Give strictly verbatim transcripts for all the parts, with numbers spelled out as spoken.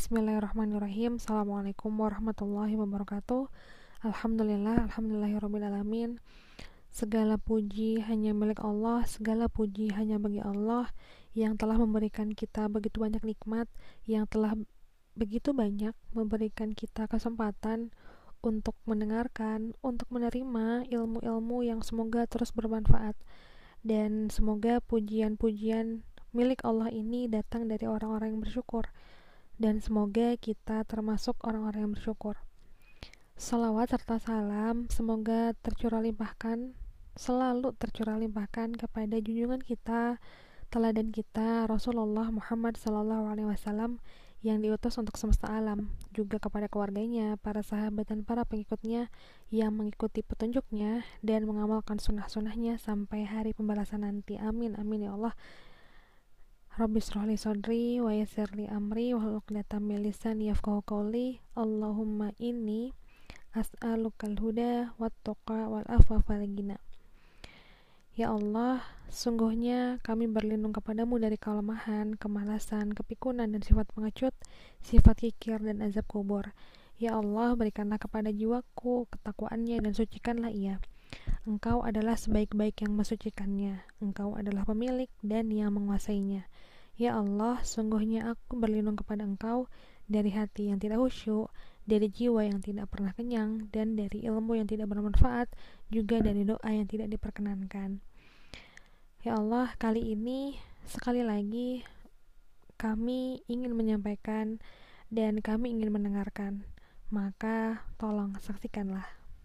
Bismillahirrahmanirrahim. Assalamualaikum warahmatullahi wabarakatuh. Alhamdulillah, alhamdulillahirrabbilalamin. Segala puji hanya milik Allah, segala puji hanya bagi Allah yang telah memberikan kita begitu banyak nikmat, yang telah begitu banyak memberikan kita kesempatan untuk mendengarkan, untuk menerima ilmu-ilmu yang semoga terus bermanfaat. Dan semoga pujian-pujian milik Allah ini datang dari orang-orang yang bersyukur. Dan semoga kita termasuk orang-orang yang bersyukur. Salawat serta salam semoga tercurah limpahkan, selalu tercurah limpahkan kepada junjungan kita, teladan kita, Rasulullah Muhammad sallallahu alaihi wasallam yang diutus untuk semesta alam, juga kepada keluarganya, para sahabat dan para pengikutnya yang mengikuti petunjuknya dan mengamalkan sunnah-sunnahnya sampai hari pembalasan nanti. Amin, amin ya Allah. Rabbi shrah li sadri wa yassir li amri wahlul uqdatam min lisani yafqahu qawli. Allahumma inni as'alukal huda wat tuqa wal afafa wal ghina. Ya Allah, sungguhnya kami berlindung kepadamu dari kelemahan, kemalasan, kepikunan dan sifat pengecut, sifat kikir dan azab kubur. Ya Allah, berikanlah kepada jiwaku ketakwaannya dan sucikanlah ia. Engkau adalah sebaik-baik yang mensucikannya. Engkau adalah pemilik dan yang menguasainya. Ya Allah, sungguhnya aku berlindung kepada Engkau dari hati yang tidak khusyuk, dari jiwa yang tidak pernah kenyang, dan dari ilmu yang tidak bermanfaat, juga dari doa yang tidak diperkenankan. Ya Allah, kali ini sekali lagi kami ingin menyampaikan dan kami ingin mendengarkan. Maka tolong saksikanlah.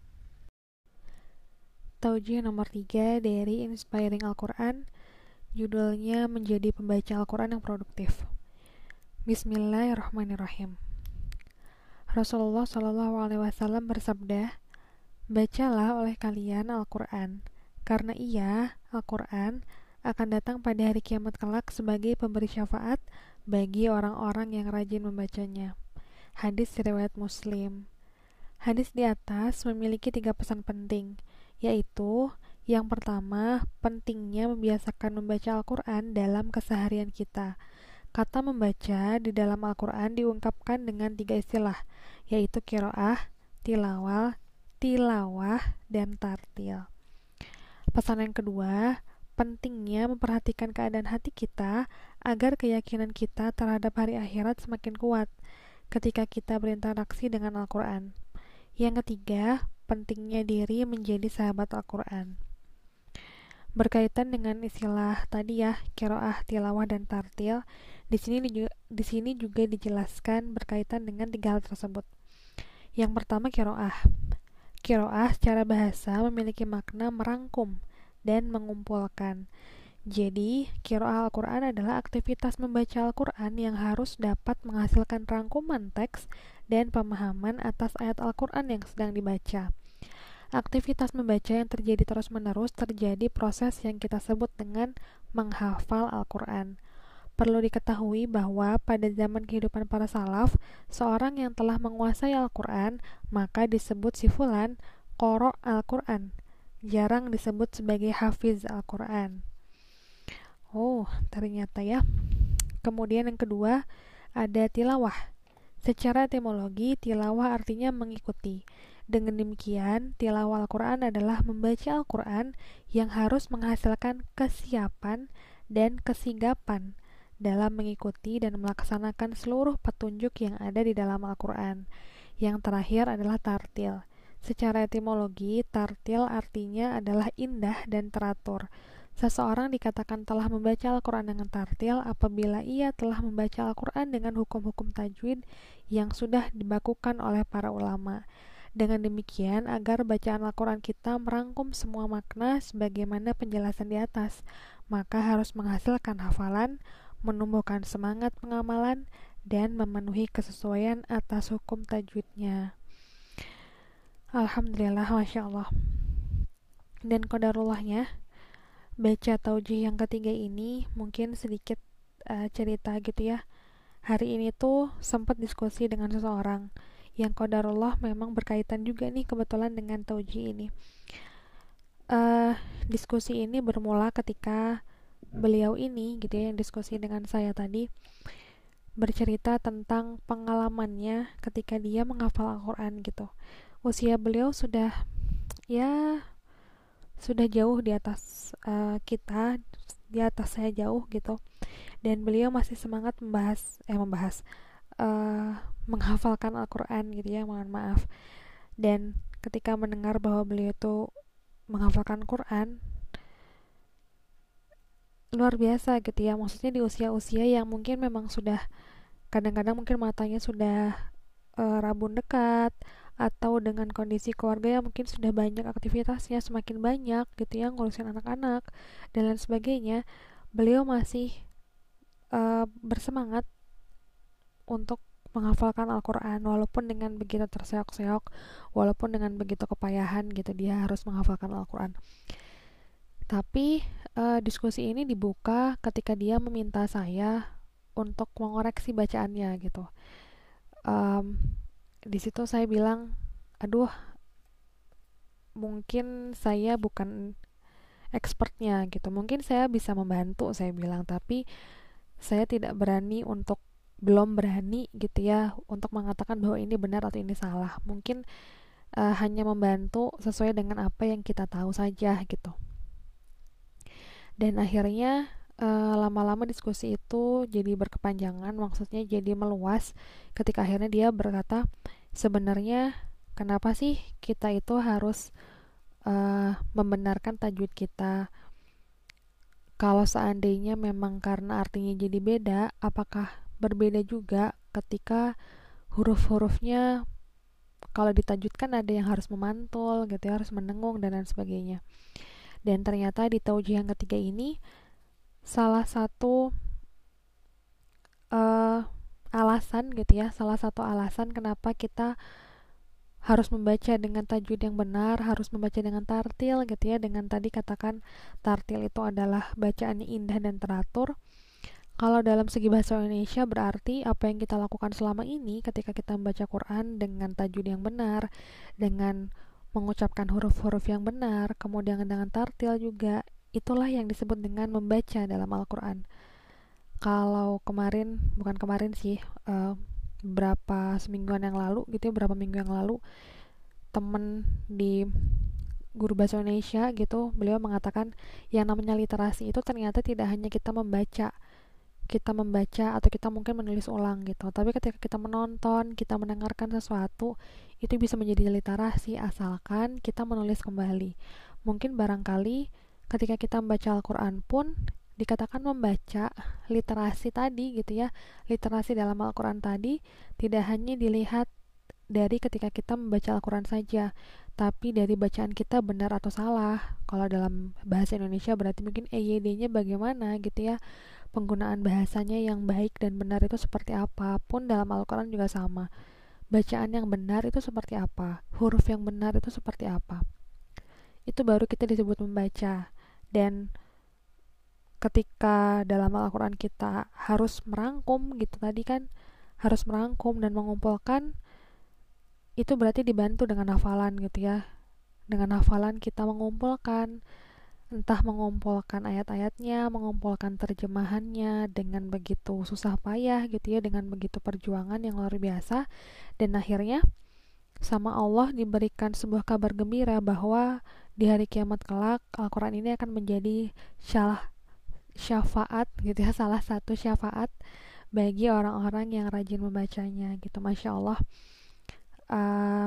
Taujih nomor tiga dari Inspiring Al-Quran, judulnya Menjadi Pembaca Al-Quran yang Produktif. Bismillahirrahmanirrahim. Rasulullah shallallahu alaihi wasallam bersabda, bacalah oleh kalian Al-Quran, karena ia, Al-Quran, akan datang pada hari kiamat kelak sebagai pemberi syafaat bagi orang-orang yang rajin membacanya. Hadis riwayat Muslim. Hadis di atas memiliki tiga pesan penting, yaitu yang pertama, pentingnya membiasakan membaca Al-Quran dalam keseharian kita. Kata membaca di dalam Al-Quran diungkapkan dengan tiga istilah, yaitu qiraah, tilawah, tilawah, dan tartil. Pesan yang kedua, pentingnya memperhatikan keadaan hati kita agar keyakinan kita terhadap hari akhirat semakin kuat ketika kita berinteraksi dengan Al-Quran. Yang ketiga, pentingnya diri menjadi sahabat Al-Quran. Berkaitan dengan istilah tadi ya, qiraah, tilawah, dan tartil, di sini di sini juga dijelaskan berkaitan dengan tiga hal tersebut. Yang pertama, qiraah. Qiraah secara bahasa memiliki makna merangkum dan mengumpulkan. Jadi, qiraah Al-Quran adalah aktivitas membaca Al-Quran yang harus dapat menghasilkan rangkuman teks dan pemahaman atas ayat Al-Quran yang sedang dibaca. Aktivitas membaca yang terjadi terus-menerus terjadi proses yang kita sebut dengan menghafal Al-Quran. Perlu diketahui bahwa pada zaman kehidupan para salaf, seorang yang telah menguasai Al-Quran maka disebut si fulan qaro Al-Quran, jarang disebut sebagai hafiz Al-Quran. Oh, ternyata ya. Kemudian yang kedua, ada tilawah. Secara etimologi, tilawah artinya mengikuti. Dengan demikian, tilawah Al-Quran adalah membaca Al-Quran yang harus menghasilkan kesiapan dan kesigapan dalam mengikuti dan melaksanakan seluruh petunjuk yang ada di dalam Al-Quran. Yang terakhir adalah tartil. Secara etimologi, tartil artinya adalah indah dan teratur. Seseorang dikatakan telah membaca Al-Quran dengan tartil apabila ia telah membaca Al-Quran dengan hukum-hukum tajwid yang sudah dibakukan oleh para ulama. Dengan demikian, agar bacaan Al-Quran kita merangkum semua makna sebagaimana penjelasan di atas, maka harus menghasilkan hafalan, menumbuhkan semangat pengamalan, dan memenuhi kesesuaian atas hukum tajwidnya. Alhamdulillah, Masya Allah. Dan qadarullahnya, baca taujih yang ketiga ini mungkin sedikit uh, cerita gitu ya. Hari ini tuh sempat diskusi dengan seseorang yang qadarullah memang berkaitan juga nih kebetulan dengan taujih ini. Uh, diskusi ini bermula ketika beliau ini gitu ya, yang diskusi dengan saya tadi, bercerita tentang pengalamannya ketika dia menghafal Al-Quran gitu. Usia beliau sudah ya sudah jauh di atas uh, kita, di atas saya jauh gitu. Dan beliau masih semangat membahas eh membahas uh, menghafalkan Al-Quran gitu ya, mohon maaf. Dan ketika mendengar bahwa beliau itu menghafalkan Quran, luar biasa gitu ya, maksudnya di usia-usia yang mungkin memang sudah kadang-kadang mungkin matanya sudah uh, rabun dekat, atau dengan kondisi keluarga yang mungkin sudah banyak aktivitasnya, semakin banyak gitu ya, ngurusin anak-anak dan lain sebagainya, beliau masih uh, bersemangat untuk menghafalkan Al-Quran walaupun dengan begitu terseok-seok, walaupun dengan begitu kepayahan gitu dia harus menghafalkan Al-Quran. Tapi uh, diskusi ini dibuka ketika dia meminta saya untuk mengoreksi bacaannya gitu. Um, di situ saya bilang, aduh, mungkin saya bukan expertnya gitu. Mungkin saya bisa membantu, saya bilang, tapi saya tidak berani untuk belum berani gitu ya untuk mengatakan bahwa ini benar atau ini salah. Mungkin uh, hanya membantu sesuai dengan apa yang kita tahu saja gitu. Dan akhirnya uh, lama-lama diskusi itu jadi berkepanjangan, maksudnya jadi meluas ketika akhirnya dia berkata, sebenarnya kenapa sih kita itu harus uh, membenarkan tajwid kita? Kalau seandainya memang karena artinya jadi beda, apakah berbeda juga ketika huruf-hurufnya kalau ditajwidkan ada yang harus memantul gitu ya, harus mendengung dan lain sebagainya. Dan ternyata di taujih yang ketiga ini salah satu uh, alasan gitu ya, salah satu alasan kenapa kita harus membaca dengan tajwid yang benar, harus membaca dengan tartil gitu ya, dengan tadi katakan tartil itu adalah bacaannya indah dan teratur. Kalau dalam segi bahasa Indonesia berarti apa yang kita lakukan selama ini ketika kita membaca Quran dengan tajwid yang benar, dengan mengucapkan huruf-huruf yang benar, kemudian dengan tartil juga, itulah yang disebut dengan membaca dalam Al-Quran. Kalau kemarin, bukan kemarin sih, uh, berapa semingguan yang lalu gitu ya, berapa minggu yang lalu, temen di guru bahasa Indonesia gitu, beliau mengatakan yang namanya literasi itu ternyata tidak hanya kita membaca, kita membaca atau kita mungkin menulis ulang gitu, tapi ketika kita menonton, kita mendengarkan sesuatu, itu bisa menjadi literasi asalkan kita menulis kembali. Mungkin barangkali ketika kita membaca Al-Quran pun dikatakan membaca literasi tadi gitu ya, literasi dalam Al-Quran tadi tidak hanya dilihat dari ketika kita membaca Al-Quran saja, tapi dari bacaan kita benar atau salah. Kalau dalam bahasa Indonesia berarti mungkin E Y D-nya bagaimana gitu ya, penggunaan bahasanya yang baik dan benar itu seperti apa. Pun dalam Al-Quran juga sama, bacaan yang benar itu seperti apa, huruf yang benar itu seperti apa, itu baru kita disebut membaca. Dan ketika dalam Al-Quran kita harus merangkum gitu tadi kan, harus merangkum dan mengumpulkan, itu berarti dibantu dengan hafalan gitu ya. Dengan hafalan kita mengumpulkan, entah mengumpulkan ayat-ayatnya, mengumpulkan terjemahannya dengan begitu susah payah gitu ya, dengan begitu perjuangan yang luar biasa. Dan akhirnya sama Allah diberikan sebuah kabar gembira bahwa di hari kiamat kelak Al-Quran ini akan menjadi syalah, syafaat gitu ya, salah satu syafaat bagi orang-orang yang rajin membacanya gitu. Masya Allah, uh,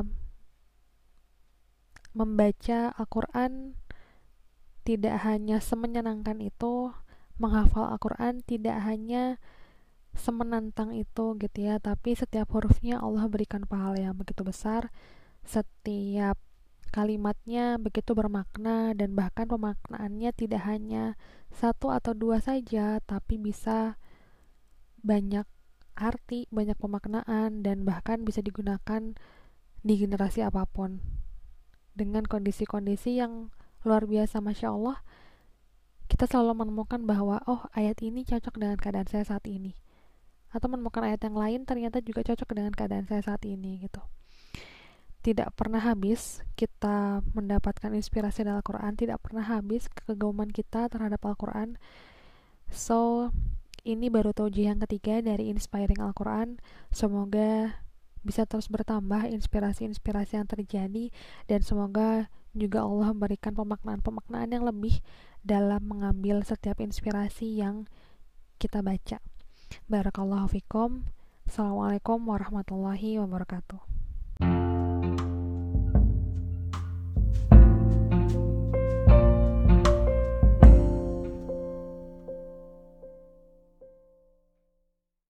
membaca Al-Quran tidak hanya semenyenangkan itu, menghafal Al-Quran tidak hanya semenantang itu gitu ya, tapi setiap hurufnya Allah berikan pahala yang begitu besar, setiap kalimatnya begitu bermakna, dan bahkan pemaknaannya tidak hanya satu atau dua saja, tapi bisa banyak arti, banyak pemaknaan, dan bahkan bisa digunakan di generasi apapun dengan kondisi-kondisi yang luar biasa. Masya Allah, kita selalu menemukan bahwa oh, ayat ini cocok dengan keadaan saya saat ini, atau menemukan ayat yang lain ternyata juga cocok dengan keadaan saya saat ini gitu. Tidak pernah habis kita mendapatkan inspirasi dari Al-Quran, tidak pernah habis kegaguman kita terhadap Al-Quran. So ini baru taujih yang ketiga dari Inspiring Al-Quran. Semoga bisa terus bertambah inspirasi-inspirasi yang terjadi, dan semoga juga Allah memberikan pemaknaan-pemaknaan yang lebih dalam mengambil setiap inspirasi yang kita baca. Barakallahu fikum. Assalamualaikum warahmatullahi wabarakatuh.